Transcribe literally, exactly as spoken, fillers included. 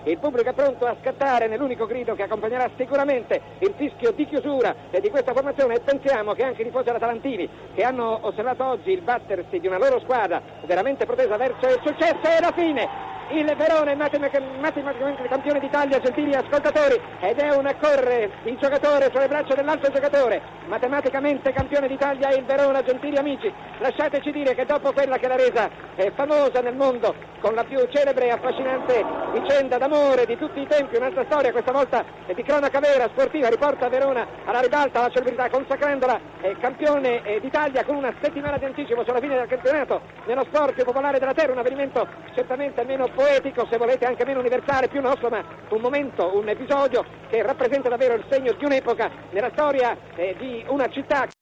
il pubblico è pronto a scattare nell'unico grido che accompagnerà sicuramente il fischio di chiusura di questa formazione, e pensiamo che anche i tifosi atalantini che hanno osservato oggi il battersi di una loro squadra veramente protesa verso il successo e la fine. Il Verona è matematicamente campione d'Italia, gentili ascoltatori, ed è un corre il giocatore sulle braccia dell'altro giocatore. Matematicamente campione d'Italia il Verona, gentili amici. Lasciateci dire che dopo quella che l'ha resa è famosa nel mondo con la più celebre e affascinante vicenda d'amore di tutti i tempi, un'altra storia questa volta di cronaca vera, sportiva, riporta Verona alla ribalta, alla celebrità, consacrandola eh, campione eh, d'Italia con una settimana di anticipo sulla fine del campionato nello sport più popolare della terra, un avvenimento certamente meno poetico, se volete anche meno universale, più nostro, ma un momento, un episodio che rappresenta davvero il segno di un'epoca nella storia eh, di una città.